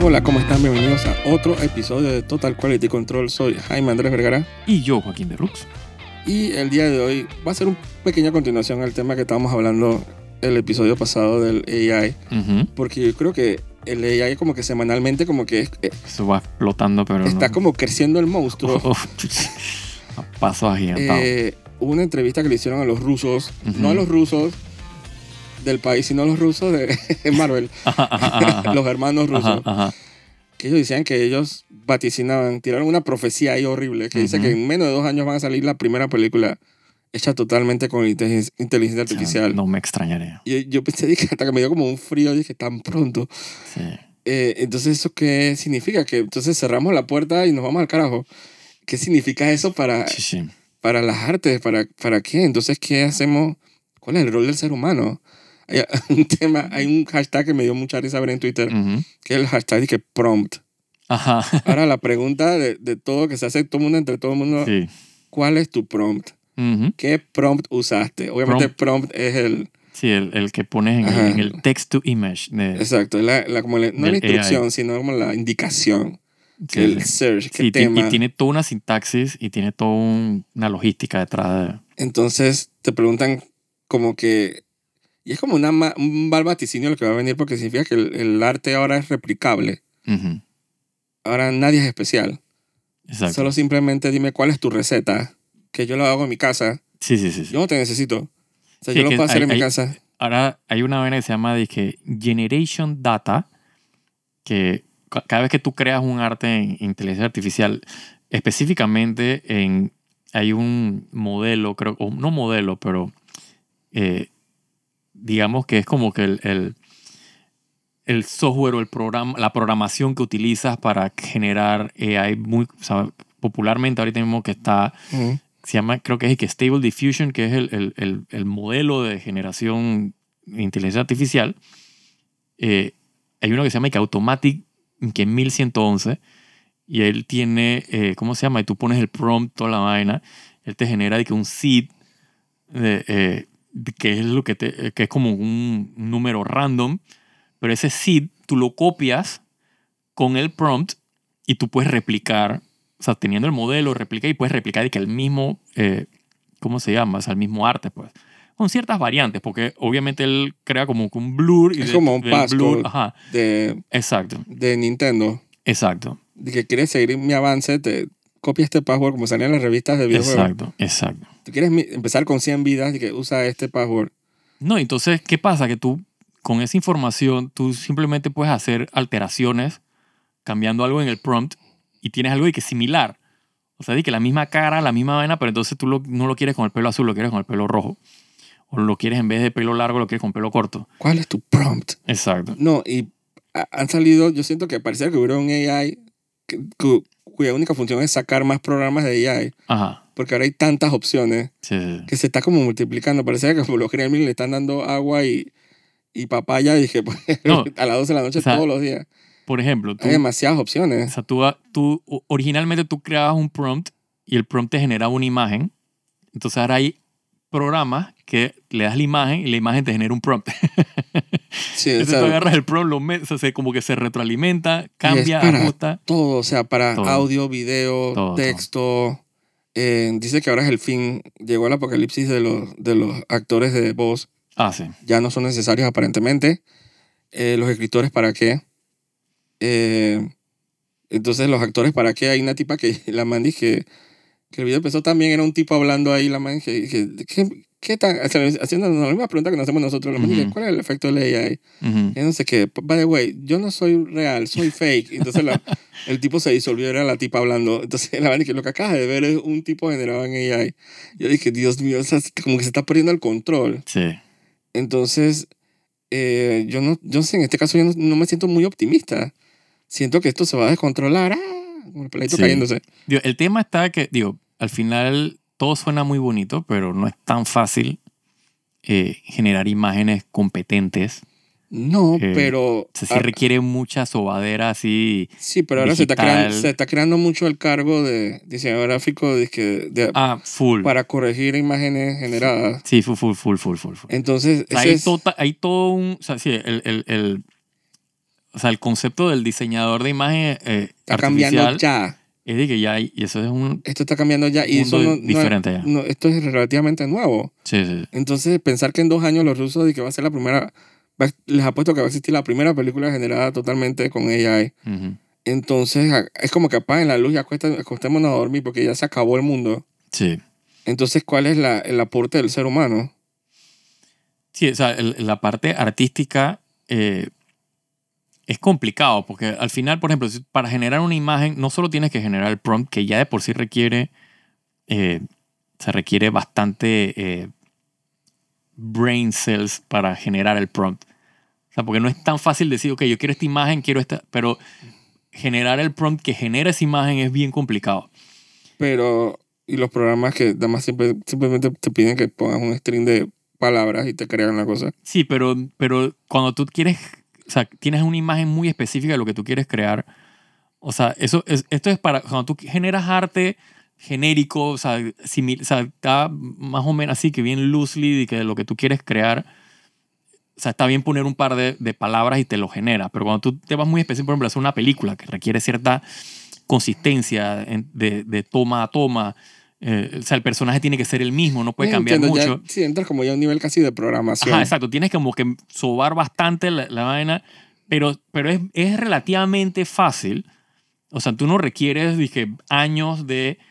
Hola, ¿cómo están? Bienvenidos a otro episodio de Total Quality Control. Soy Jaime Andrés Vergara. Y yo, Joaquín de Rux. Y el día de hoy va a ser una pequeña continuación al tema que estábamos hablando el episodio pasado del AI. Porque yo creo que el AI como que semanalmente como que eso va explotando, pero está no. como creciendo el monstruo. A pasos agigantados. Hubo una entrevista que le hicieron a los rusos, no a los rusos del país, sino a los rusos de Marvel, los hermanos rusos, que ellos decían que ellos vaticinaban, tiraron una profecía ahí horrible, que dice que en menos de 2 años van a salir la primera película hecha totalmente con inteligencia artificial. No me extrañaría. Y yo pensé, dije, hasta que me dio como un frío, dije, tan pronto. Sí. Entonces, ¿eso qué significa? Que entonces cerramos la puerta y nos vamos al carajo. ¿Qué significa eso para las artes? ¿Para qué? Entonces, ¿qué hacemos? ¿Cuál es el rol del ser humano? Hay un hashtag que me dio mucha risa ver en Twitter, que es el hashtag de prompt. Ahora, la pregunta de todo que se hace todo el mundo, entre todo el mundo, ¿cuál es tu prompt? ¿Qué prompt usaste? Obviamente prompt es el... Sí, el que pones en el text to image. Exacto, no la instrucción, AI, sino como la indicación. Sí, el search, qué tema. Y tiene toda una sintaxis y tiene toda una logística detrás de... Entonces te preguntan como que... Y es como un mal vaticinio lo que va a venir, porque significa que el arte ahora es replicable. Ahora nadie es especial. Exacto. Solo simplemente dime cuál es tu receta, que yo lo hago en mi casa. Sí. Yo no te necesito. O sea, yo lo puedo hacer en mi casa. Ahora hay una vaina que se llama Generation Data, que cada vez que tú creas un arte en inteligencia artificial, específicamente hay un modelo, creo, o no modelo, pero digamos que es como que el software o el programa, la programación que utilizas para generar AI popularmente ahorita mismo que está, se llama, creo que es Stable Diffusion, que es el modelo de generación de inteligencia artificial. Hay uno que se llama Automatic, que es 1111, y él tiene, ¿cómo se llama? Y tú pones el prompt, toda la vaina, él te genera un seed, que es lo que es como un número random, pero ese seed tú lo copias con el prompt y tú puedes replicar, o sea, teniendo el modelo, replica y puedes replicar el mismo, ¿cómo se llama? O sea, el mismo arte, pues. Con ciertas variantes, porque obviamente él crea como un blur. Es como un passcode exacto. De Nintendo. Exacto. De que quieres seguir mi avance, te copia este password como salían las revistas de videojuegos. Exacto. Tú quieres empezar con 100 vidas y que usa este password. No, entonces, ¿qué pasa? Que tú, con esa información, tú simplemente puedes hacer alteraciones cambiando algo en el prompt y tienes algo similar. O sea, de que la misma cara, la misma vaina, pero entonces tú no lo quieres con el pelo azul, lo quieres con el pelo rojo. O lo quieres en vez de pelo largo, lo quieres con pelo corto. ¿Cuál es tu prompt? Exacto. No, y han salido, yo siento que parecía que hubiera un AI cuya única función es sacar más programas de AI. Porque ahora hay tantas opciones que se está como multiplicando. Parece que los gremlins le están dando agua y papaya, dije, pues, a las 12 de la noche todos los días. Por ejemplo, hay demasiadas opciones. O sea, originalmente tú creabas un prompt y el prompt te generaba una imagen. Entonces ahora hay programas que le das la imagen y la imagen te genera un prompt. Sí, entonces tú agarras el prompt, como que se retroalimenta, cambia, ajusta. Todo, o sea, para audio, video, texto. Dice que ahora es el fin, llegó el apocalipsis de los actores de voz. Sí. Ya no son necesarios aparentemente. Los escritores, ¿para qué? Entonces, los actores, ¿para qué? Hay una tipa que la man dije que el video empezó también, era un tipo hablando ahí, la man dije, ¿qué tan? Haciendo la misma pregunta que nos hacemos nosotros. La man dije, ¿cuál es el efecto de la AI? Y no sé qué. By the way, yo no soy real, soy fake. Entonces el tipo se disolvió, era la tipa hablando. Entonces la man dije, lo que acabas de ver es un tipo generado en AI. Yo dije, Dios mío, o sea, como que se está perdiendo el control. Sí. Entonces, yo sé, en este caso yo no me siento muy optimista. Siento que esto se va a descontrolar. Como el peladito cayéndose. El tema está que, al final todo suena muy bonito, pero no es tan fácil generar imágenes competentes. No, pero... sí requiere mucha sobadera así. Sí, pero ahora se está creando mucho el cargo de diseñador gráfico full. Para corregir imágenes generadas. Sí, full. Entonces, hay todo un... O sea, sí, o sea, el concepto del diseñador de imagen está cambiando artificial ya. es de que ya hay, y eso es un Esto está cambiando ya. Y eso mundo diferente ya. esto es relativamente nuevo. Sí, sí. Entonces, pensar que en 2 años los rusos de que va a ser la primera... les apuesto que va a existir la primera película generada totalmente con AI. Ujú. Entonces, es como que apaguen la luz y acostémonos a dormir porque ya se acabó el mundo. Sí. Entonces, ¿cuál es el aporte del ser humano? Sí, o sea, la parte artística es complicado porque al final, por ejemplo, para generar una imagen no solo tienes que generar el prompt, que ya de por sí se requiere bastante brain cells para generar el prompt. O sea, porque no es tan fácil decir, ok, yo quiero esta imagen, quiero esta, pero generar el prompt que genera esa imagen es bien complicado. Pero, y los programas que nada más simplemente te piden que pongas un string de palabras y te crean la cosa. Sí, pero cuando tú quieres, o sea, tienes una imagen muy específica de lo que tú quieres crear, o sea, esto es para, cuando tú generas arte genérico, o sea, o sea, está más o menos así, que bien loosely, y que lo que tú quieres crear, o sea, está bien poner un par de palabras y te lo genera, pero cuando tú te vas muy específico, por ejemplo, hacer una película que requiere cierta consistencia de toma a toma, o sea, el personaje tiene que ser el mismo, no puede cambiar Entiendo, mucho. ya, sí, entras como ya a un nivel casi de programación. Ajá, exacto. Tienes como que sobar bastante la vaina, pero es relativamente fácil. O sea, tú no requieres, dije, años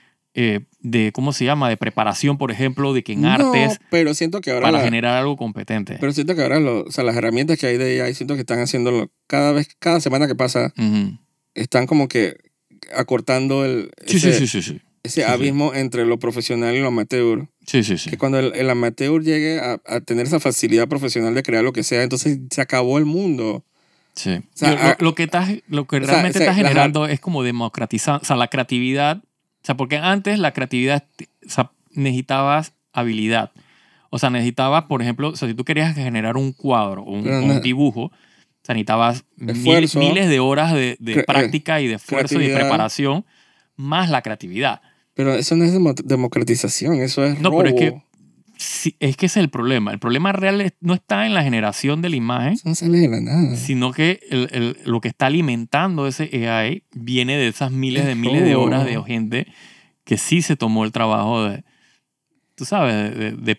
¿cómo se llama? De preparación, por ejemplo, de que en No, artes pero siento que ahora para generar algo competente. pero siento que ahora o sea, las herramientas que hay de AI siento que están haciéndolo cada semana que pasa Ujú. están como que acortando Sí, sí, sí, sí, sí. ese Sí, sí. abismo entre lo profesional y lo amateur. Sí, sí, sí. Que cuando el amateur llegue a tener esa facilidad profesional de crear lo que sea, entonces se acabó el mundo. Sí. O sea, Lo que realmente estás generando es como democratizar, o sea, la creatividad. O sea, porque antes la creatividad, o sea, necesitabas habilidad. O sea, necesitabas, por ejemplo, o sea, si tú querías generar un cuadro o pero un dibujo, o sea, necesitabas esfuerzo, miles de horas de cre- práctica y de esfuerzo y de creatividad. preparación, más la creatividad. Pero eso no es democratización, eso es No, pero es que robo. sí, es que ese es el problema. El problema real no está en la generación de la imagen, Eso no sale de la nada. sino que lo que está alimentando ese AI viene de esas Es miles de horas de robo. gente que sí se tomó el trabajo de, tú sabes,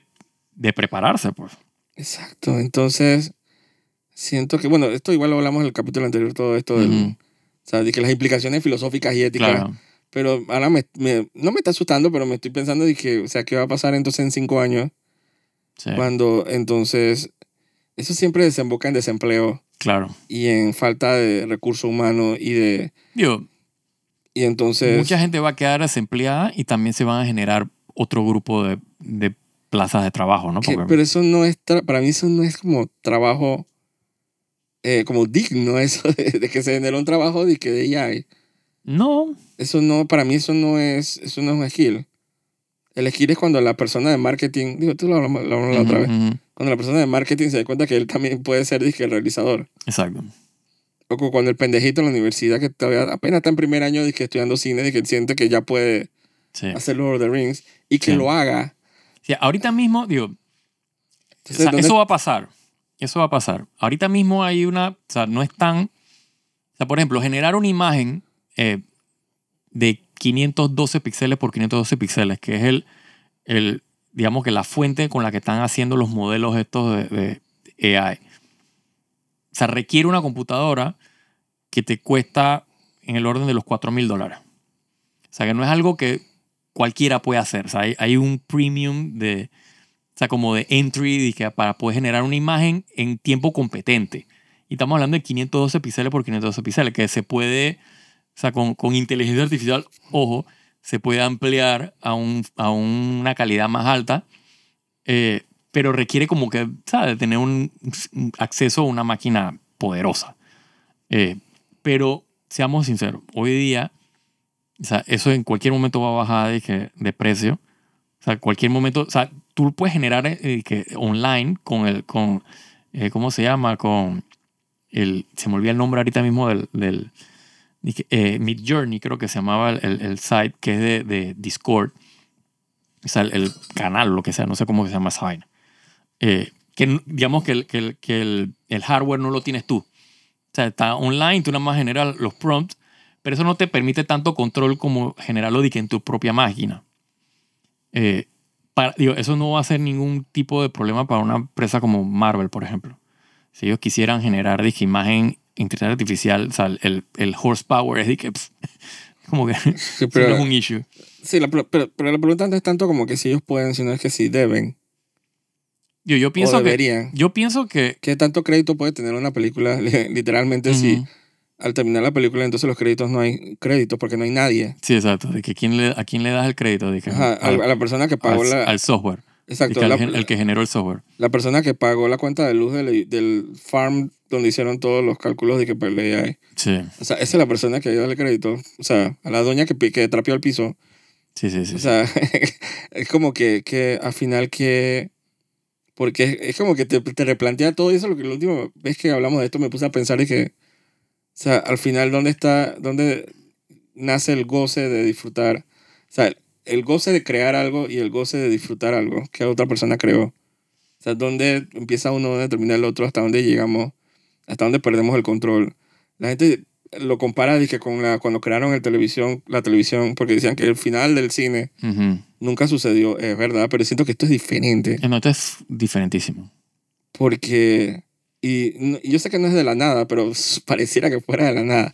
de prepararse, pues. Exacto. Entonces, siento que, bueno, esto igual lo hablamos en el capítulo anterior, todo esto Ujú. o sea, de que las implicaciones filosóficas y éticas, Claro. pero ahora no me está asustando, pero me estoy pensando de que, o sea, ¿qué va a pasar entonces en 5 años? Sí, Cuando entonces, eso siempre desemboca en desempleo claro. y en falta de recursos humanos Digo, y mucha entonces, gente va a quedar desempleada y también se van a generar otro grupo de plazas de trabajo, ¿no? Porque pero eso no es, para mí eso no es como trabajo, como digno, eso de que se generó un trabajo de que de AI. no, Eso no, para mí eso no es un skill. El skill es cuando la persona de marketing, digo, tú lo hablamos la ujú, otra vez, ujú, cuando la persona de marketing se da cuenta que él también puede ser, dizque, el realizador. exacto. O cuando el pendejito en la universidad que todavía apenas está en primer año dizque, estudiando cine, de que siente que ya puede Sí, hacer Lord of the Rings y que sí. lo haga. Sí, ahorita mismo, digo, o Entonces, sea, eso va a pasar. Eso va a pasar. Ahorita mismo hay o sea, no es tan, o sea, por ejemplo, generar una imagen de 512 píxeles por 512 píxeles, que es digamos que la fuente con la que están haciendo los modelos estos de AI. O sea, requiere una computadora que te cuesta en el orden de los $4,000. O sea, que no es algo que cualquiera puede hacer. O sea, hay un premium o sea, como de entry para poder generar una imagen en tiempo competente. Y estamos hablando de 512 píxeles por 512 píxeles, que se puede, o sea, con inteligencia artificial, ojo, se puede ampliar a una calidad más alta, pero requiere como que, ¿sabes?, tener un acceso a una máquina poderosa. Pero seamos sinceros, hoy día, o sea, eso en cualquier momento va a bajar de precio. O sea, cualquier momento, o sea, tú puedes generar online ¿cómo se llama? Se me olvida el nombre ahorita mismo del Midjourney, creo que se llamaba el site, que es de Discord. O sea, el canal, lo que sea, no sé cómo se llama esa vaina. Digamos que el hardware no lo tienes tú. O sea, está online, tú nada más generas los prompts, pero eso no te permite tanto control como generarlo en tu propia máquina. Eso no va a ser ningún tipo de problema para una empresa como Marvel, por ejemplo. Si ellos quisieran generar imagen inteligencia artificial, o sea, el horsepower es como que Sí, eso no es un issue. Sí, pero la pregunta no es tanto como que si ellos pueden, sino es que si deben. Yo pienso o deberían. Yo pienso que... ¿Qué tanto crédito puede tener una película? Literalmente, si al terminar la película, entonces los créditos no hay créditos porque no hay nadie. Sí, exacto. De que ¿a quién le das el crédito? De que Ajá, a la persona que pagó al software. Exacto. El que generó el software. La persona que pagó la cuenta de luz del farm donde hicieron todos los cálculos de que para el AI. Sí. O sea, esa es la persona que dio el crédito. O sea, a la doña que trapeó el piso. Sí. O sea, es como que al final que... Porque es como que te replantea todo eso. Lo que la última vez que hablamos de esto me puse a pensar y que... O sea, al final, ¿dónde nace el goce de disfrutar? O sea, el goce de crear algo y el goce de disfrutar algo que otra persona creó. O sea, ¿dónde empieza uno, dónde termina el otro, hasta dónde llegamos, hasta dónde perdemos el control? La gente lo compara dije, con cuando crearon la televisión, porque decían que el final del cine nunca sucedió. Es verdad, pero siento que esto es diferente. No, esto es diferentísimo. Porque... Y yo sé que no es de la nada, pero pareciera que fuera de la nada.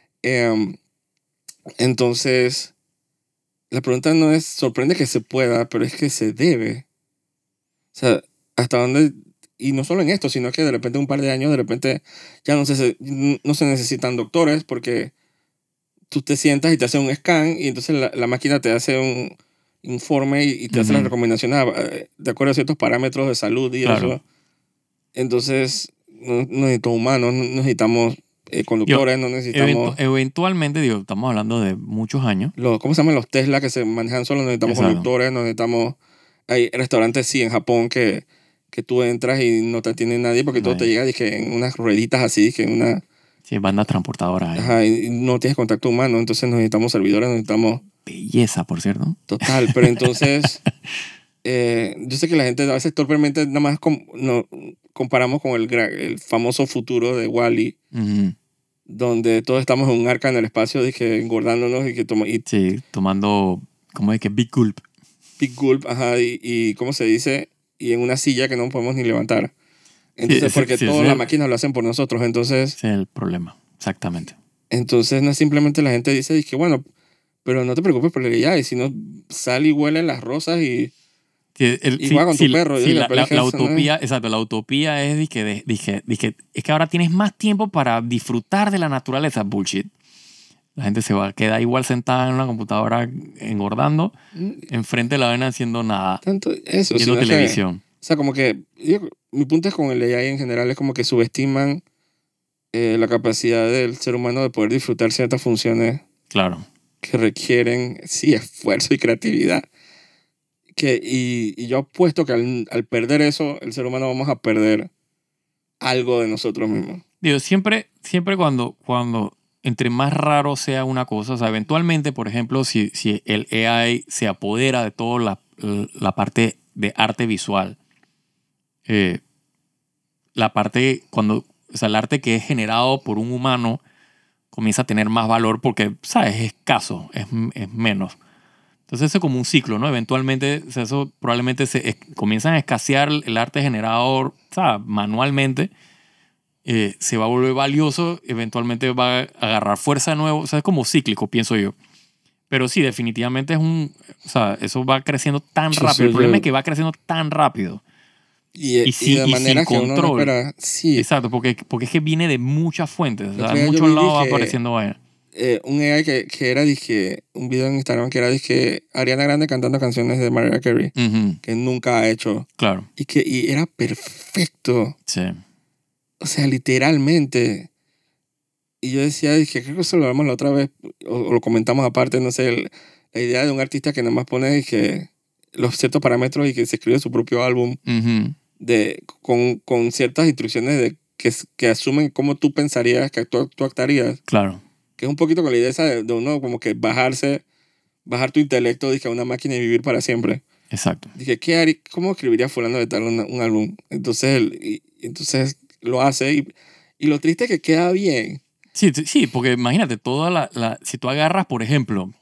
Entonces, la pregunta no es, sorprende que se pueda, pero es que se debe. O sea, hasta dónde, y no solo en esto, sino que de repente un par de años, de repente ya no se necesitan doctores porque tú te sientas y te hace un scan y entonces la máquina te hace un informe y te hace las recomendaciones de acuerdo a ciertos parámetros de salud y eso. Entonces, no necesitamos humanos, no necesitamos conductores, no necesitamos... Eventualmente, estamos hablando de muchos años. ¿Cómo se llaman los Tesla que se manejan solos? No necesitamos conductores, no necesitamos... Hay restaurantes, sí, en Japón que tú entras y no te atiende nadie porque todo te llega dije, en unas rueditas así, dije, en una... Sí, bandas transportadoras. Ajá, y no tienes contacto humano, entonces necesitamos servidores, necesitamos... Belleza, por cierto. Total, pero entonces... yo sé que la gente a veces torpemente nada más comparamos con el famoso futuro de Wall-E, donde todos estamos en un arca en el espacio, dije, engordándonos y que sí, tomando, ¿cómo es que? Big Gulp. Big Gulp, ajá, y ¿cómo se dice? Y en una silla que no podemos ni levantar. Entonces, porque todas las máquinas lo hacen por nosotros, entonces... Ese es el problema, exactamente. Entonces, no es simplemente la gente dice, dije, bueno, pero no te preocupes por el AI, si no sal y huele las rosas y... juega con tu perro. La utopía, exacto, la utopía es es que ahora tienes más tiempo para disfrutar de la naturaleza. Bullshit. La gente se va a quedar igual sentada en una computadora engordando, enfrente de la vena haciendo nada. Tanto eso, viendo televisión. O sea, como que mi punto es con el AI en general, es como que subestiman la capacidad del ser humano de poder disfrutar ciertas funciones. Claro. Que requieren, sí, esfuerzo y creatividad. Y yo apuesto que al perder eso, el ser humano vamos a perder algo de nosotros mismos. Siempre cuando entre más raro sea una cosa, o sea, eventualmente, por ejemplo, si el AI se apodera de toda la parte de arte visual, la parte el arte que es generado por un humano comienza a tener más valor porque, ¿sabes? Es escaso, es menos. Entonces eso es como un ciclo, ¿no? Eventualmente eso probablemente comienzan a escasear el arte generado, ¿sabes? Manualmente. Se va a volver valioso, eventualmente va a agarrar fuerza de nuevo. O sea, es como cíclico, pienso yo. Pero sí, definitivamente o sea, eso va creciendo tan rápido. El problema es que va creciendo tan rápido. Y sin control. Uno no espera. Sí. Exacto, porque es que viene de muchas fuentes. O sea, en muchos lados va apareciendo vaina. Un AI que era, dije, un video en Instagram que era, dije, Ariana Grande cantando canciones de Mariah Carey, que nunca ha hecho. Claro. Y era perfecto. Sí. O sea, literalmente. Y yo decía, dije, creo que eso lo hablamos la otra vez, o lo comentamos aparte, no sé, la idea de un artista que nada más pone, dije, los ciertos parámetros y que se escribe su propio álbum con ciertas instrucciones que asumen cómo tú pensarías que tú actuarías. Claro. Que es un poquito con la idea esa de uno como que bajar tu intelecto, dije, a una máquina y vivir para siempre. Exacto. Dije, ¿cómo escribiría fulano de tal un álbum? Entonces lo hace y Y lo triste es que queda bien. Sí, sí, porque imagínate, si tú agarras, por ejemplo,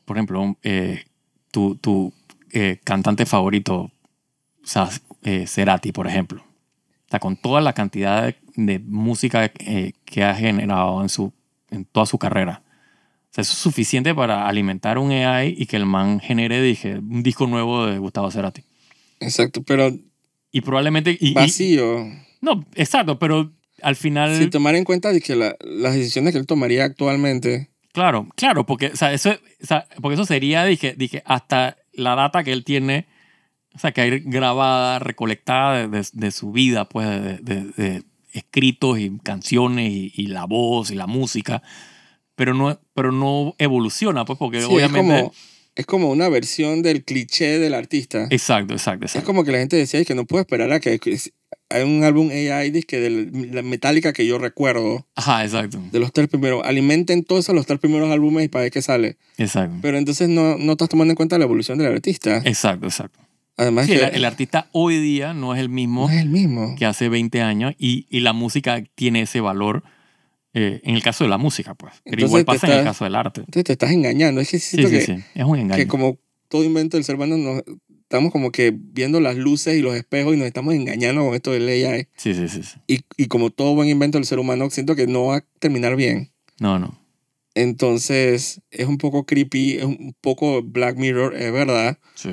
tu cantante favorito, o sea, Cerati, por ejemplo. O sea, con toda la cantidad de música que ha generado en toda su carrera. O sea, eso es suficiente para alimentar un AI y que el man genere, dije, un disco nuevo de Gustavo Cerati. Exacto, pero Y probablemente... vacío. No, exacto, pero al final... Sin tomar en cuenta de que las decisiones que él tomaría actualmente. Claro, porque, porque eso sería, dije, hasta la data que él tiene, o sea, que hay grabada, recolectada de su vida, pues, de escritos y canciones y la voz y la música, pero no evoluciona, pues, porque Sí, obviamente... es como una versión del cliché del artista. Exacto. Es como que la gente decía que no puedo esperar a que hay un álbum AI de la Metallica que yo recuerdo. Ajá, exacto. De los 3 primeros. Alimenten todos los 3 primeros álbumes y para ver qué sale. Exacto. Pero entonces no estás tomando en cuenta la evolución del artista. Exacto. Además Sí, que el artista hoy día no es el mismo, no es el mismo. que hace 20 años y la música tiene ese valor en el caso de la música, pues. Pero Entonces igual pasa en el caso del arte. Entonces te estás engañando. Es que Sí, siento sí. Es un engaño. que como todo invento del ser humano, estamos como que viendo las luces y los espejos y nos estamos engañando con esto del AI. Sí. Y como todo buen invento del ser humano, siento que no va a terminar bien. No. Entonces es un poco creepy, es un poco Black Mirror, es verdad. Sí.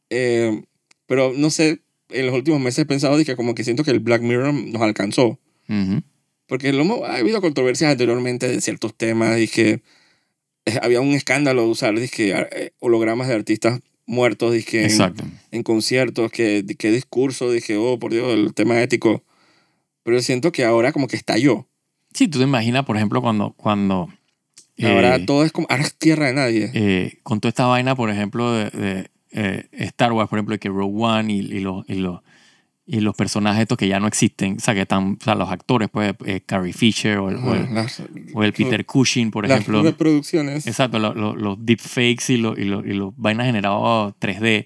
Pero no sé, en los últimos meses he pensado de que como que siento que el Black Mirror nos alcanzó. Ujú. Porque ha habido controversias anteriormente de ciertos temas y que había un escándalo de usar hologramas de artistas muertos Exacto. en conciertos, que discurso, dije, oh, por Dios, el tema ético. Pero siento que ahora como que estalló. Sí, tú te imaginas, por ejemplo, cuando Ahora todo es como, ahora es tierra de nadie. con toda esta vaina, por ejemplo, de Star Wars, por ejemplo, de que Rogue One y los personajes estos que ya no existen, o sea, que están, o sea, los actores, pues, Carrie Fisher o el Peter Cushing, por ejemplo. Las reproducciones. Exacto, los deepfakes y los vainas generados 3D,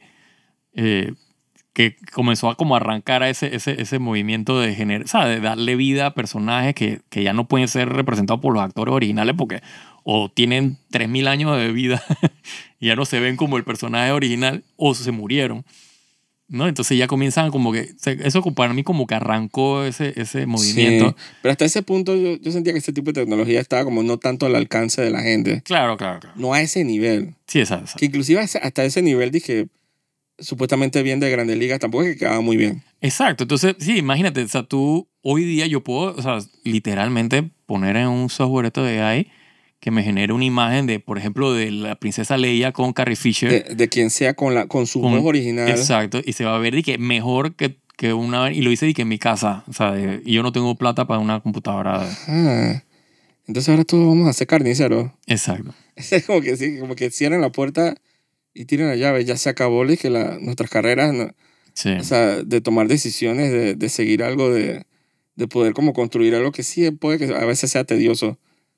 que comenzó a como arrancar a ese movimiento o sea, de darle vida a personajes que ya no pueden ser representados por los actores originales porque o tienen 3000 años de vida y ya no se ven como el personaje original o se murieron, ¿no? Entonces ya comienzan como que... Eso para mí como que arrancó ese movimiento. Sí, pero hasta ese punto yo sentía que este tipo de tecnología estaba como no tanto al alcance de la gente. Claro. No a ese nivel. Sí, exacto. Que inclusive hasta ese nivel dije, supuestamente bien de Grandes Ligas, tampoco es que quedaba muy bien. Exacto. Entonces, sí, imagínate, o sea, tú hoy día yo puedo, o sea, literalmente poner en un software esto de AI que me genere una imagen de, por ejemplo, de la princesa Leia con Carrie Fisher. De quien sea con su voz original. Exacto. Y se va a ver de que mejor que una... Y lo hice de que en mi casa, o sea, y yo no tengo plata para una computadora. Entonces ahora todos vamos a ser carniceros. Exacto. Es como que sí, como que cierran la puerta y tiran la llave. Ya se acabó nuestras carreras, Sí. o sea, de tomar decisiones, de seguir algo, de poder como construir algo que sí puede que a veces sea tedioso.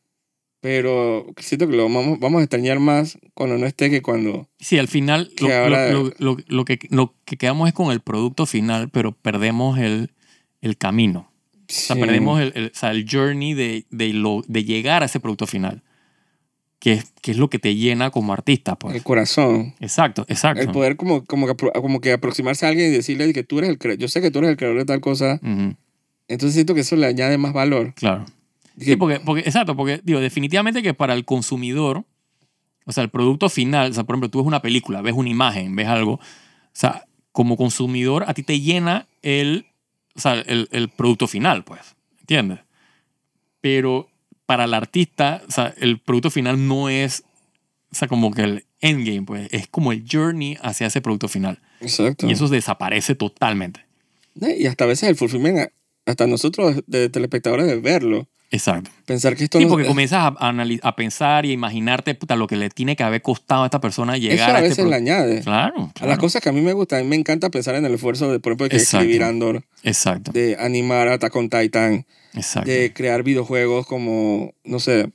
Pero siento que lo vamos a extrañar más cuando no esté que cuando... Sí, al final lo que quedamos es con el producto final, pero perdemos el camino. Sí. O sea, perdemos el journey de llegar a ese producto final, que es lo que te llena como artista, pues. El corazón. Exacto. El poder como que aproximarse a alguien y decirle que tú eres yo sé que tú eres el creador de tal cosa. Uh-huh. Entonces siento que eso le añade más valor. Claro. Sí, porque digo, definitivamente que para el consumidor, o sea, el producto final, o sea, por ejemplo, tú ves una película, ves una imagen, ves algo, o sea, como consumidor a ti te llena el producto final, pues, ¿entiendes? Pero para el artista, o sea, el producto final no es, o sea, como que el endgame, pues, es como el journey hacia ese producto final. Exacto. Y eso desaparece totalmente. Y hasta a veces el fulfillment, hasta nosotros de telespectadores de verlo. Exacto. Pensar que esto sí, porque comienzas a pensar y a imaginarte puta, lo que le tiene que haber costado a esta persona llegar eso a a veces le añade. Claro. A las cosas que a mí me gustan. A mí me encanta pensar en el esfuerzo de, por ejemplo, de escribir Andor. Exacto. De animar Attack on Titan. Exacto. De crear videojuegos como, no sé,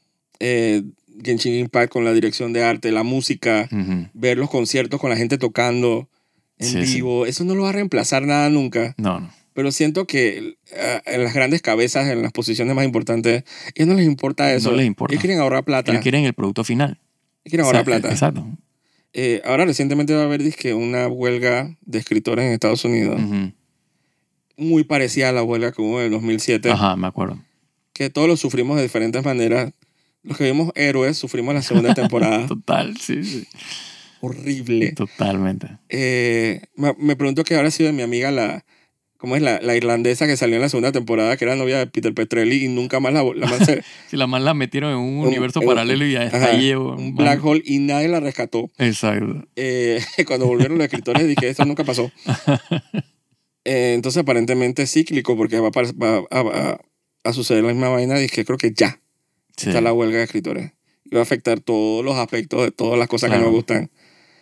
Genshin Impact con la dirección de arte, la música, ver los conciertos con la gente tocando en vivo. Eso no lo va a reemplazar nada nunca. No. Pero siento que en las grandes cabezas, en las posiciones más importantes, a ellos no les importa eso. No les importa. Ellos quieren ahorrar plata. Ellos quieren el producto final. Ellos quieren ahorrar plata. Exacto. Ahora recientemente va a haber una huelga de escritores en Estados Unidos. Uh-huh. Muy parecida a la huelga que hubo en el 2007. Ajá, me acuerdo. Que todos lo sufrimos de diferentes maneras. Los que vimos Héroes sufrimos la segunda temporada. Total, sí. Horrible. Totalmente. Me pregunto qué habrá sido de mi amiga ¿cómo es? La irlandesa que salió en la segunda temporada, que era novia de Peter Petrelli y nunca más la Si la más la metieron en un universo paralelo y ya está ahí. Un black hole y nadie la rescató. Exacto. Cuando volvieron los escritores dije, esto nunca pasó. Entonces aparentemente es cíclico porque va a suceder la misma vaina. Dije, creo que ya está la huelga de escritores. Y va a afectar todos los aspectos de todas las cosas que nos gustan.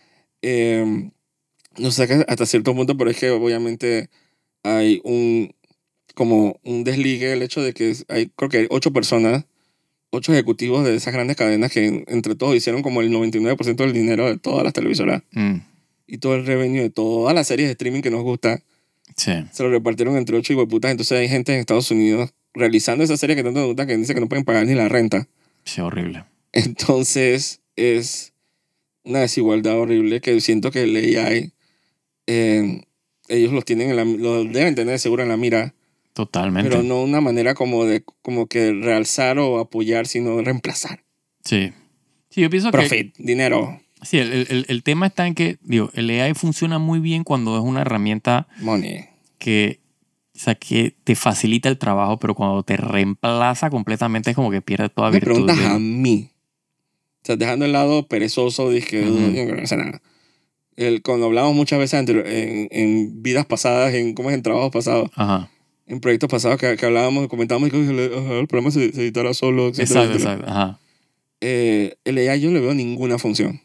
No sé hasta cierto punto, pero es que obviamente hay como un desligue el hecho de que creo que hay 8 ejecutivos de esas grandes cadenas que entre todos hicieron como el 99% del dinero de todas las televisoras. Y todo el revenue de todas las series de streaming que nos gusta. Sí. Se lo repartieron entre 8 hijueputas. Entonces hay gente en Estados Unidos realizando esa serie que tanto nos gusta que dice que no pueden pagar ni la renta. Sí, horrible. Entonces es una desigualdad horrible que siento que el AI ellos lo deben tener seguro en la mira. Totalmente. Pero no una manera como que realzar o apoyar, sino reemplazar. Sí. Sí, yo pienso Profit, dinero. Sí, el tema está en que, el AI funciona muy bien cuando es una herramienta Money. que te facilita el trabajo, pero cuando te reemplaza completamente es como que pierde toda virtud. Me preguntas a mí. O sea, dejando el lado perezoso, dije, yo no sé nada. Cuando hablamos muchas veces en vidas pasadas, en trabajos pasados, ajá, en proyectos pasados que hablábamos, comentábamos que el programa se editará solo, etc. Exacto. Ajá. El AI yo no le veo ninguna función.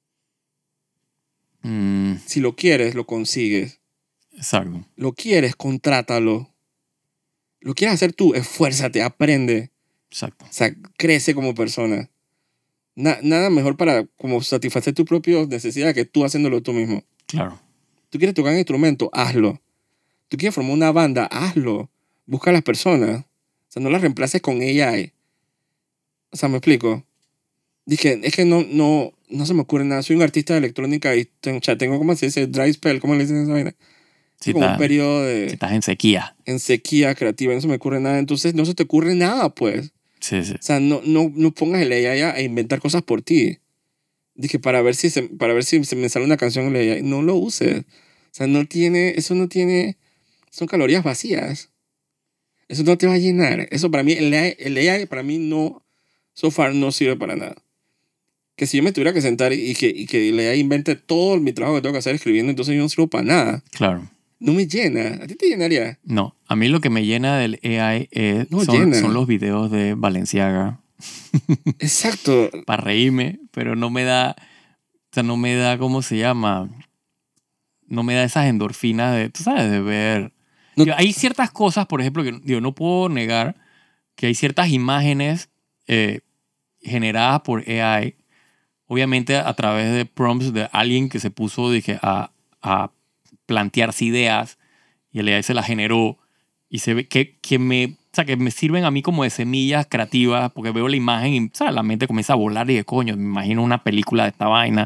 Si lo quieres, lo consigues. Exacto. Lo quieres, contrátalo. Lo quieres hacer tú, esfuérzate, aprende. Exacto. O sea, crece como persona. Nada mejor para como satisfacer tus propias necesidades que tú haciéndolo tú mismo. Claro. Tú quieres tocar un instrumento, hazlo. Tú quieres formar una banda, hazlo. Busca a las personas. O sea, no las reemplaces con AI. O sea, ¿me explico? Dije, es que no se me ocurre nada. Soy un artista de electrónica y tengo ¿cómo se dice? Dry spell, ¿cómo le dicen esa vaina? Si como un periodo de... Si estás en sequía. En sequía creativa, no se me ocurre nada. Entonces no se te ocurre nada, pues. Sí. O sea, no pongas el AI a inventar cosas por ti. Dije, para ver si se me sale una canción en el AI. No lo uses. O sea, eso no tiene... Son calorías vacías. Eso no te va a llenar. Eso para mí, el AI para mí no... So far no sirve para nada. Que si yo me tuviera que sentar y que el AI invente todo mi trabajo que tengo que hacer escribiendo, entonces yo no sirvo para nada. Claro. No me llena. ¿A ti te llenaría? No. A mí lo que me llena del AI son los videos de Balenciaga. Exacto. Para reírme, pero no me da... O sea, no me da, ¿cómo se llama? No me da esas endorfinas de, tú sabes, de ver... No. Hay ciertas cosas, por ejemplo, que no puedo negar que hay ciertas imágenes generadas por AI, obviamente a través de prompts de alguien que se puso, a plantearse ideas y el AI se las generó y se ve que me sirven a mí como de semillas creativas porque veo la imagen y, ¿sabes? La mente comienza a volar y de coño, me imagino una película de esta vaina.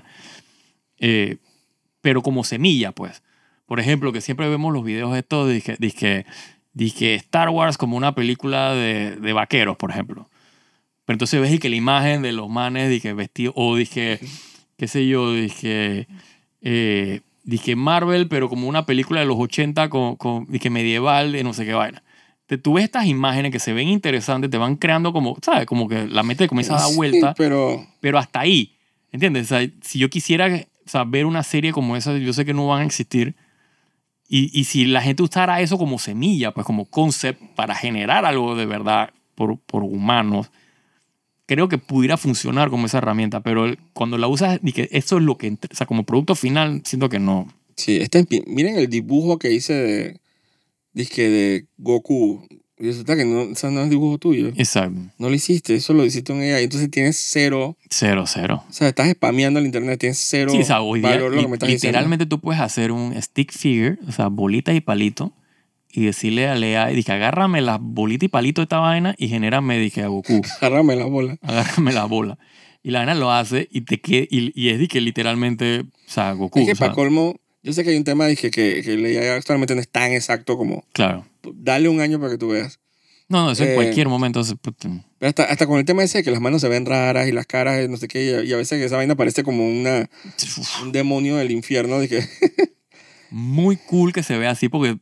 Pero como semilla, pues. Por ejemplo, que siempre vemos los videos estos de Star Wars como una película de vaqueros, por ejemplo. Pero entonces ves que la imagen de los manes vestidos, o qué sé yo, Marvel, pero como una película de los 80 con medieval, de no sé qué vaina. Tú ves estas imágenes que se ven interesantes, te van creando como, ¿sabes? Como que la mente comienza a dar vuelta. Sí, pero hasta ahí, ¿entiendes? O sea, si yo quisiera ver una serie como esa, yo sé que no van a existir. Y si la gente usara eso como semilla, pues como concept para generar algo de verdad por humanos, creo que pudiera funcionar como esa herramienta, pero cuando la usas, eso es lo que, o sea, como producto final, siento que no. Sí, miren el dibujo que hice de Goku. Y resulta que eso no es dibujo tuyo. Exacto. No lo hiciste, eso lo hiciste en AI. Entonces tienes cero. Cero. O sea, estás spameando el internet, tienes cero sí, o sea, hoy día, valor lo que me estás literalmente diciendo. tú puedes hacer un stick figure, o sea, bolita y palito, y decirle a Lea, dije, agárrame las bolitas y palitos de esta vaina y genérame, dije, a Goku. Agárrame la bola. Agárrame la bola. Y la vaina lo hace y y es de que literalmente, o sea, Goku. Es que para colmo, yo sé que hay un tema, dije, que Leia actualmente no es tan exacto como... Claro. Dale un año para que tú veas. No, eso en cualquier momento. Pero hasta con el tema ese de que las manos se ven raras y las caras, no sé qué, y a veces esa vaina parece como un demonio del infierno. Dije. Muy cool que se vea así porque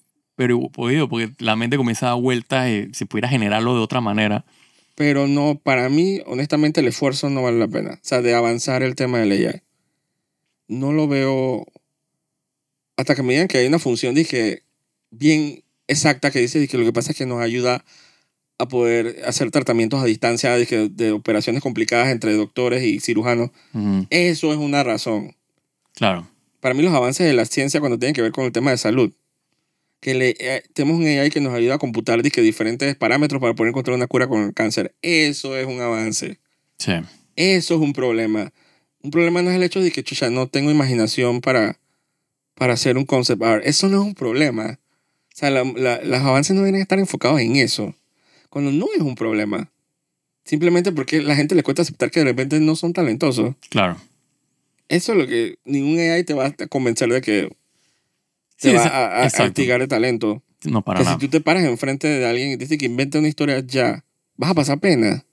la mente comienza a dar vueltas y si pudiera generarlo de otra manera. Pero no, para mí, honestamente, el esfuerzo no vale la pena. O sea, de avanzar el tema del AI. No lo veo hasta que me digan que hay una función, dije, bien exacta que dice que lo que pasa es que nos ayuda a poder hacer tratamientos a distancia de operaciones complicadas entre doctores y cirujanos. Eso es una razón. Claro. Para mí los avances de la ciencia cuando tienen que ver con el tema de salud, que tenemos un AI que nos ayuda a computar diferentes parámetros para poder encontrar una cura con el cáncer. Eso es un avance. Sí. Eso es un problema. Un problema no es el hecho de que, chucha, no tengo imaginación para hacer un concept art. Eso no es un problema. O sea, los avances no deben estar enfocados en eso. Cuando no es un problema. Simplemente porque a la gente le cuesta aceptar que de repente no son talentosos. Claro. Eso es lo que ningún AI te va a convencer de que te va a activar de talento. No, para que nada. Si tú te paras enfrente de alguien y dices que inventa una historia ya, vas a pasar pena.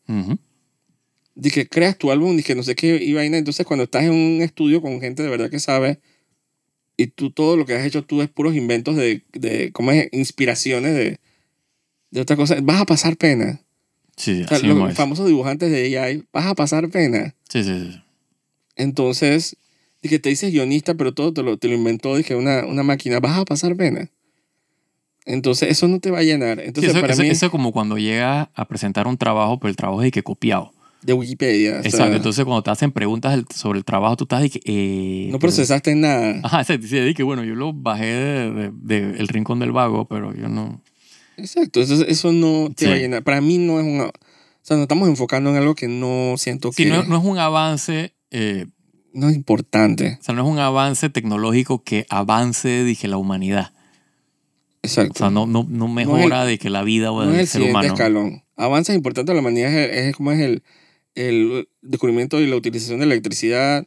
De que creas tu álbum y que no sé qué y vaina. Entonces cuando estás en un estudio con gente de verdad que sabe y tú todo lo que has hecho tú es puros inventos ¿cómo es? Inspiraciones de otra cosa, vas a pasar pena. Sí, o sea, los famosos dibujantes de AI, vas a pasar pena. Sí. Entonces, de que te dices guionista, pero todo te lo inventó, dije, una máquina, vas a pasar pena. Entonces, eso no te va a llenar. Entonces, eso es como cuando llegas a presentar un trabajo, pero el trabajo es de que copiado. De Wikipedia. Exacto. Entonces, cuando te hacen preguntas sobre el trabajo, tú estás de que... no procesaste nada. Ajá, exacto. Sí, de que bueno, yo lo bajé de El Rincón del Vago, pero yo no... Exacto. Eso no te va a llenar. Para mí no es una... O sea, nos estamos enfocando en algo que no siento que... Sí, no es un avance... no es importante. O sea, no es un avance tecnológico que avance, dije, la humanidad. Exacto. O sea, no mejora de que la vida o del ser humano. No es el siguiente escalón. Avances importantes de la humanidad es como es el descubrimiento y la utilización de la electricidad,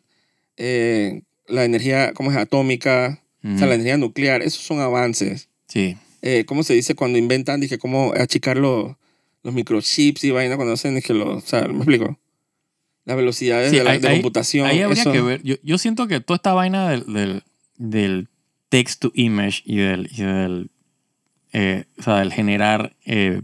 la energía, ¿cómo es? Atómica, o sea, la energía nuclear. Esos son avances. Sí. ¿Cómo se dice? Cuando inventan, dije, cómo achicar los microchips y vaina, cuando hacen, dije, o sea, ¿me explico? Las velocidades de computación. Ahí habría que ver. Yo siento que toda esta vaina del text to image y del o sea, del generar,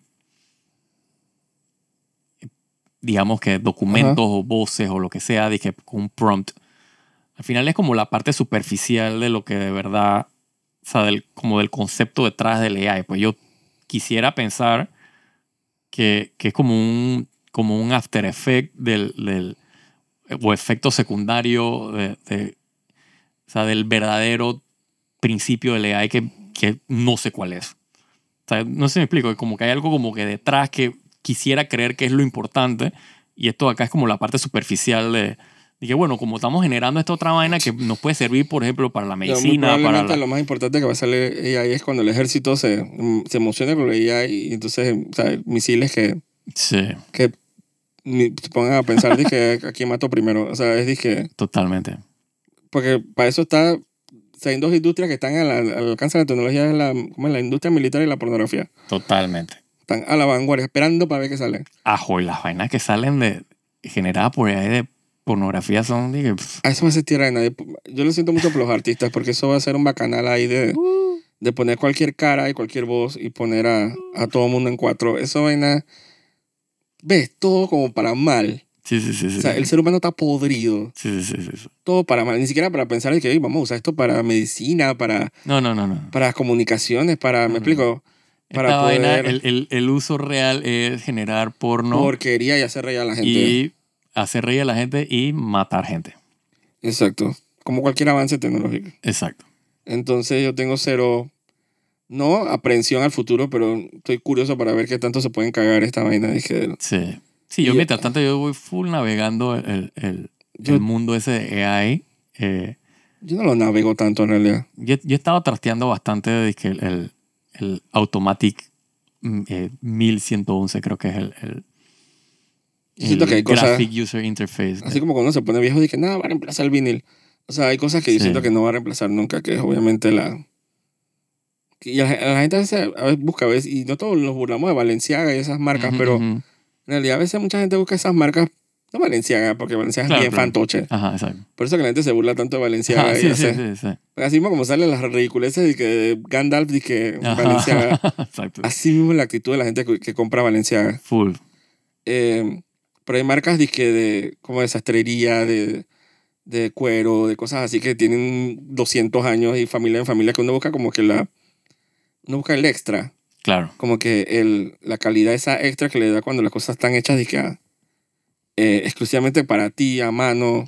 digamos que documentos o voces o lo que sea, dije, con un prompt. Al final es como la parte superficial de lo que de verdad, o sea, como del concepto detrás del AI. Pues yo quisiera pensar que es como un after effect o efecto secundario o sea, del verdadero principio del AI que no sé cuál es. O sea, no sé si me explico, como que hay algo como que detrás que quisiera creer que es lo importante y esto acá es como la parte superficial de que bueno, como estamos generando esta otra vaina que nos puede servir, por ejemplo, para la medicina. Probablemente lo más importante que va a salir AI es cuando el ejército se emocione con la AI y entonces, o sea, misiles que se pongan a pensar de que a quién mató primero. O sea, es de que... Totalmente. Porque para eso está... O sea, hay dos industrias que están al alcance de la tecnología, como es la industria militar y la pornografía. Totalmente. Están a la vanguardia, esperando para ver qué salen. Ajo, y las vainas que salen generadas por AI de pornografía son... A eso va a ser tierra de nadie. Yo lo siento mucho por los artistas, porque eso va a ser un bacanal ahí de poner cualquier cara y cualquier voz y poner a todo el mundo en cuatro. Eso vaina... ¿Ves? Todo como para mal. Sí. O sea, el ser humano está podrido. Sí. Todo para mal. Ni siquiera para pensar de que vamos a usar esto para medicina, para... No. Para comunicaciones, para... ¿Me explico? Para esta poder... vaina, el uso real es generar porno. Porquería y hacer reír a la gente. Y hacer reír a la gente y matar gente. Exacto. Como cualquier avance tecnológico. Exacto. Entonces yo tengo cero... No aprehensión al futuro, pero estoy curioso para ver qué tanto se pueden cagar esta vaina. Dije... Sí, yo mientras tanto yo voy full navegando el mundo ese de AI. Yo no lo navego tanto en realidad. Yo he estado trasteando bastante de que el Automatic 1111, creo que es el siento que hay Graphic cosas, User Interface. así como cuando uno se pone viejo, dice que nada, va a reemplazar el vinil. O sea, hay cosas que yo siento que no va a reemplazar nunca, que es obviamente la... Y la gente a veces busca, a veces, y no todos nos burlamos de Balenciaga y esas marcas, pero en realidad a veces mucha gente busca esas marcas, no Balenciaga, porque Balenciaga es bien fantoche. Ajá, exacto. Por eso que la gente se burla tanto de Balenciaga. Ajá, y sí. así mismo como salen las ridiculeces de que Gandalf y que Balenciaga. Exacto. Así mismo es la actitud de la gente que compra Balenciaga. Full. Pero hay marcas como de sastrería, de cuero, de cosas así que tienen 200 años y familia en familia que uno busca como que uno busca el extra. Claro. Como que la calidad esa extra que le da cuando las cosas están hechas exclusivamente para ti, a mano,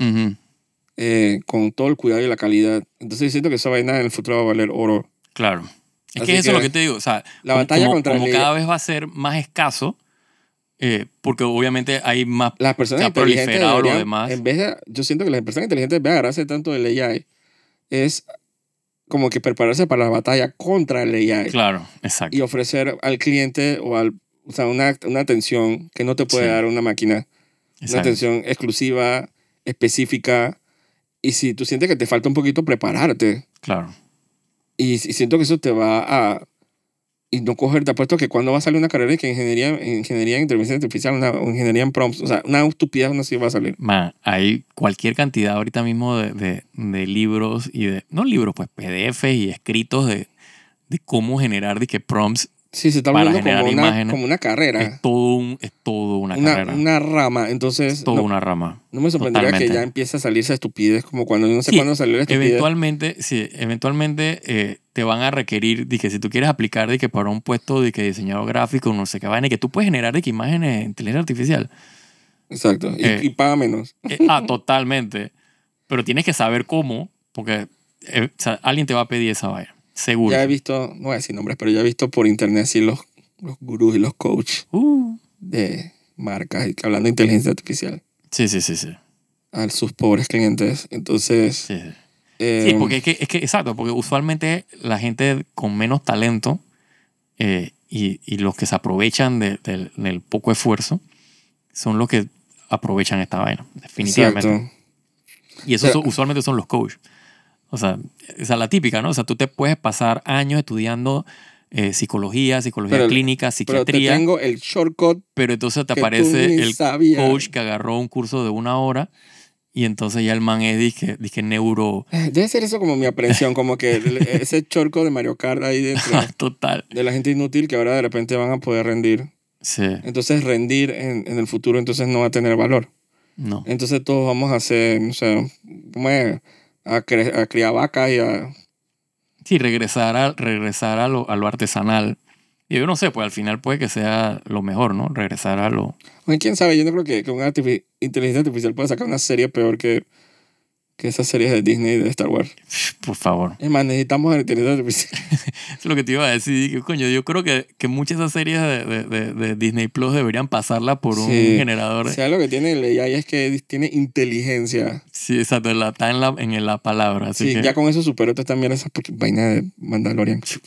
con todo el cuidado y la calidad. Entonces yo siento que esa vaina en el futuro va a valer oro. Claro. Es Así que eso es lo que te digo. O sea, la batalla contra como cada vez va a ser más escaso, porque obviamente hay más... las personas se ha proliferado inteligentes lo demás. yo siento que las personas inteligentes en vez de agarrarse tanto del AI, es como que prepararse para la batalla contra el AI. Claro, exacto. Y ofrecer al cliente o sea, una atención que no te puede dar una máquina. Exacto. Una atención exclusiva, específica. Y si tú sientes que te falta un poquito, prepararte. Claro. Y siento que eso te va a... Y no coger, te apuesto que cuando va a salir una carrera de ingeniería en inteligencia artificial, o ingeniería en prompts, o sea, una estupidez no sí va a salir. Man, hay cualquier cantidad ahorita mismo de libros y no libros, pues PDF y escritos de cómo generar prompts. Sí, se está para volviendo generar como una carrera. Es todo una carrera. Una rama. Entonces, Es todo una rama. No me sorprendería que ya empiece a salir esa estupidez, como cuando no sé cuándo salió la estupidez. Eventualmente te van a requerir de que si tú quieres aplicar de que para un puesto de que diseñador gráfico, no sé qué vaina, que tú puedes generar de que imágenes en inteligencia artificial. Exacto. Y paga menos. Totalmente. Pero tienes que saber cómo, porque o sea, alguien te va a pedir esa vaina. Seguro. Ya he visto, no voy a decir nombres, pero ya he visto por internet así los gurús y los coaches de marcas hablando de inteligencia artificial. Sí. A sus pobres clientes. Entonces... Sí, porque es que exacto, porque usualmente la gente con menos talento y los que se aprovechan del poco esfuerzo son los que aprovechan esta vaina, definitivamente. Exacto. Y esos usualmente son los coaches. O sea, esa es la típica, ¿no? O sea, tú te puedes pasar años estudiando psicología clínica, psiquiatría. Pero te tengo el shortcut. Pero entonces te aparece el coach que agarró un curso de 1 hora y entonces ya el man es dije neuro... Debe ser eso como mi aprensión, como que ese shortcut de Mario Kart ahí dentro. Total. De la gente inútil que ahora de repente van a poder rendir. Sí. Entonces rendir en el futuro entonces no va a tener valor. No. Entonces todos vamos a hacer, no sé, a criar vacas y a... Sí, regresar a lo artesanal. Y yo no sé, pues al final puede que sea lo mejor, ¿no? Regresar a lo... Oye, quién sabe, yo no creo que una inteligencia artificial pueda sacar una serie peor que esas series de Disney y de Star Wars. Por favor. Es más, necesitamos la inteligencia artificial. Eso es lo que te iba a decir. Coño, yo creo que muchas de esas series de Disney Plus deberían pasarla por un generador. O sea, lo que tiene el AI es que tiene inteligencia. Sí, exacto. Está en la palabra. Así que... ya con eso superó también esa vaina de Mandalorian. Sí.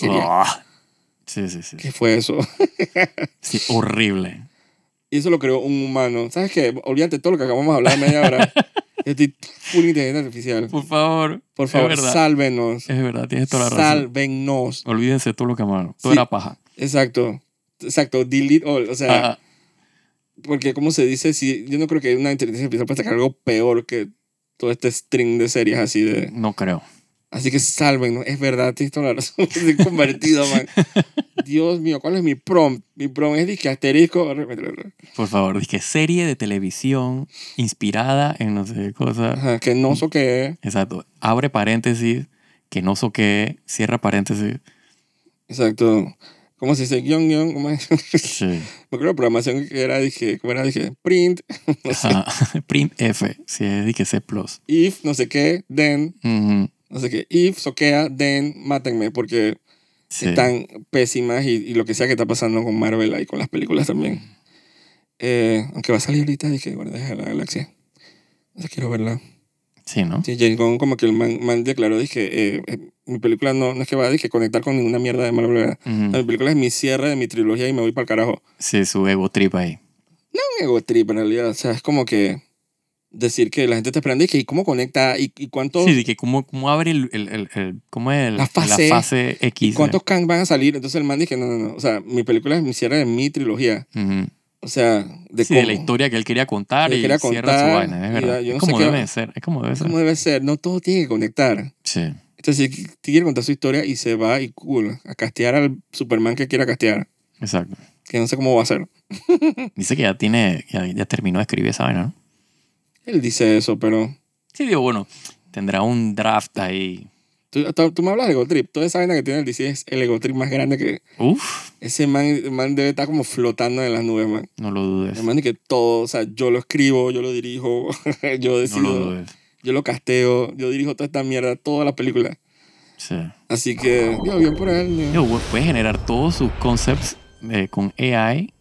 ¿Qué fue eso? Sí, horrible. Y eso lo creó un humano. ¿Sabes qué? Olvídate todo lo que acabamos de hablar media hora. Yo estoy full inteligencia artificial. Por favor, sálvenos. Es verdad, tienes toda la razón. Sálvenos. Olvídense de todo lo que amaron. Todo era paja. Exacto. Delete all. O sea, porque como se dice, yo no creo que una inteligencia artificial pueda sacar algo peor que todo este string de series así de... No creo. Así que sálvenos. Es verdad, tienes toda la razón. Estoy convertido, man. Dios mío, ¿cuál es mi prompt? Mi prompt es disque asterisco. Por favor, disque serie de televisión inspirada en no sé qué cosa. Ajá, que no sé qué. Exacto. Abre paréntesis, que no sé qué, cierra paréntesis. Exacto. ¿Cómo se dice? Guión. ¿Cómo es? Sí. Me acuerdo de programación que era, ¿cómo era? Print. No sé. Print F, sí, es disque C+. If, no sé qué, then. No sé qué. If, soquea, then, mátenme, porque están pésimas y lo que sea que está pasando con Marvel y con las películas también. Aunque va a salir ahorita, dije, Guardianes de la Galaxia. No sé, quiero verla. Sí, ¿no? Sí, James Gunn como que el man declaró, dije, mi película no es que va a conectar con ninguna mierda de bla, bla, bla. Mi película es mi cierre de mi trilogía y me voy para el carajo. Sí, su ego trip ahí. No un ego trip en realidad, o sea, es como que decir que la gente está esperando y cómo conecta y cuántos... Sí, de que cómo abre ¿cómo es la fase X. ¿Y cuántos Kang van a salir? Entonces el man dice, no. O sea, mi película es mi cierre de mi trilogía. O sea, de la historia que él quería contar y cierra su vaina, es verdad. Es como debe ser. Es como debe ser. No todo tiene que conectar. Sí. Entonces, si quiere contar su historia y se va y cool, a castear al Superman que quiera castear. Exacto. Que no sé cómo va a ser. Dice que ya terminó de escribir esa vaina, ¿no? Él dice eso, pero... Sí, digo, bueno, tendrá un draft ahí. Tú me hablas de Ego Trip. Toda esa vaina que tiene el DC es el Ego Trip más grande que... Uf. Ese man debe estar como flotando en las nubes, man. No lo dudes. El man dice que todo, o sea, yo lo escribo, yo lo dirijo, yo decido. No lo dudes. Yo lo casteo, yo dirijo toda esta mierda, toda la película. Sí. Así que, yo, bien por él. Puede generar todos sus concepts con AI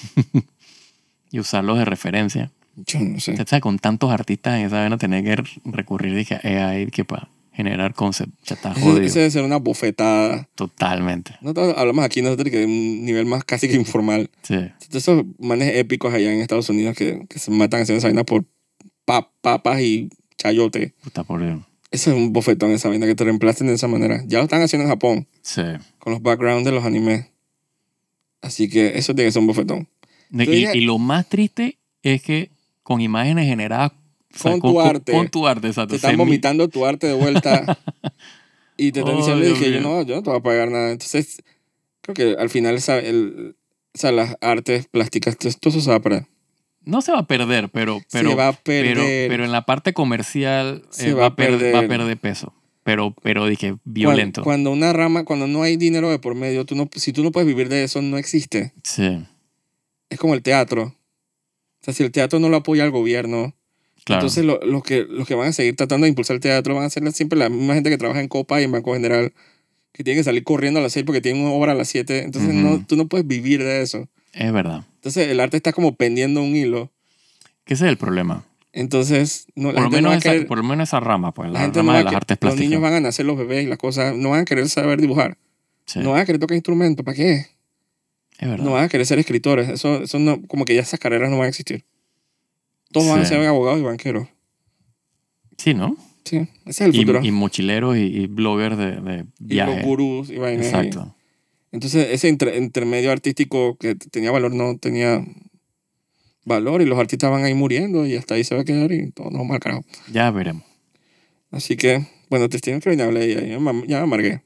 y usarlos de referencia. Yo no sé. O sea, con tantos artistas en esa vaina tener que recurrir a AI que para generar concepts. Ya está jodido. Ese debe ser una bofetada. Totalmente. Nosotros hablamos aquí nosotros que de un nivel más casi que informal. Sí. Esos manes épicos allá en Estados Unidos que se matan haciendo esa vaina por papas y chayote. Puta por Dios. Eso es un bofetón, esa vaina, que te reemplacen de esa manera. Ya lo están haciendo en Japón. Sí. Con los backgrounds de los animes. Así que eso tiene que ser un bofetón. Y lo más triste es que con imágenes generadas con tu arte. Con tu arte, exacto. Te están vomitando tu arte de vuelta. Y te están diciendo que yo no te voy a pagar nada. Entonces, creo que al final las artes plásticas, todo eso se va a perder. No se va a perder, pero se va a perder. Pero en la parte comercial va a perder peso. Pero dije, violento. Cuando no hay dinero de por medio, si tú no puedes vivir de eso, no existe. Sí. Es como el teatro. O sea, si el teatro no lo apoya el gobierno, claro. Entonces los que van a seguir tratando de impulsar el teatro van a ser siempre la misma gente que trabaja en Copa y en Banco General, que tienen que salir corriendo a las 6 porque tienen una obra a las 7. Entonces tú no puedes vivir de eso. Es verdad. Entonces el arte está como pendiendo un hilo. Que ese es el problema. Entonces, por lo menos esa rama, pues, la rama de las artes plásticas. Los niños van a nacer, los bebés y las cosas, no van a querer saber dibujar. Sí. No van a querer tocar instrumentos, ¿para qué? Es verdad. No van a querer ser escritores. Eso no, como que ya esas carreras no van a existir. Todos van a ser abogados y banqueros. Sí, ¿no? Sí, ese es el futuro. Y mochileros y bloggers de viaje. Y los gurús y vainas. Exacto. Entonces, ese intermedio artístico que tenía valor no tenía valor y los artistas van a ir muriendo y hasta ahí se va a quedar y todo nos vamos al carajo. Ya veremos. Así que, bueno, te estoy que hablé y ya me amargué.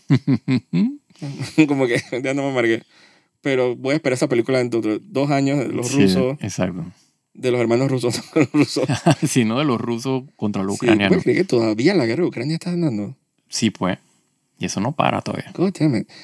Como que ya no me amargué. Pero voy a esperar esa película dentro de 2 años de los rusos. Exacto. De los hermanos rusos. Sí, no de los rusos contra los ucranianos. ¿Puedes creer que todavía la guerra de Ucrania está andando? Sí, pues. Y eso no para todavía. God damn it.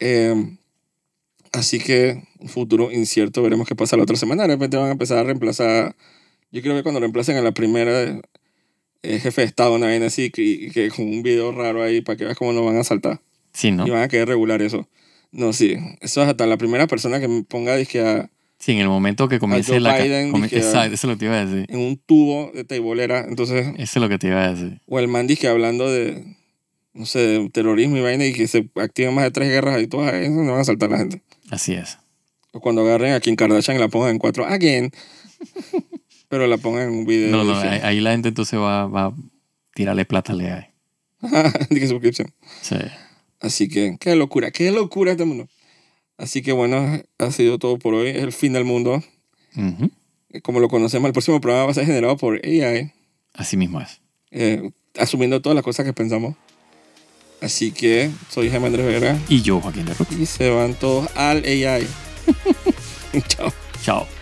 Así que, futuro incierto, veremos qué pasa la otra semana. De repente van a empezar a reemplazar. Yo creo que cuando reemplacen a la primera jefe de Estado, una vaina así, que con un video raro ahí para que veas cómo nos van a saltar. Sí, ¿no? Y van a querer regular eso. No, sí. Eso es hasta la primera persona que me ponga disque a... Sí, en el momento que comience la... Exacto, eso es lo que te iba a decir. En un tubo de teibolera, entonces... Eso es lo que te iba a decir. O el man disque hablando de... No sé, de terrorismo y vaina y que se activen más de 3 guerras y todas eso, no van a saltar la gente. Así es. O cuando agarren a Kim Kardashian y la pongan en 4 again. Pero la pongan en un video. No, ahí la gente entonces va a tirarle plata al AI. Dije suscripción. Sí. Así que, qué locura este mundo. Así que bueno, ha sido todo por hoy. Es el fin del mundo. Como lo conocemos, el próximo programa va a ser generado por AI. Así mismo es. Asumiendo todas las cosas que pensamos. Así que soy Jaime Andrés Vera. Y yo, Joaquín de Roca. Y se van todos al AI. Chao. Chao.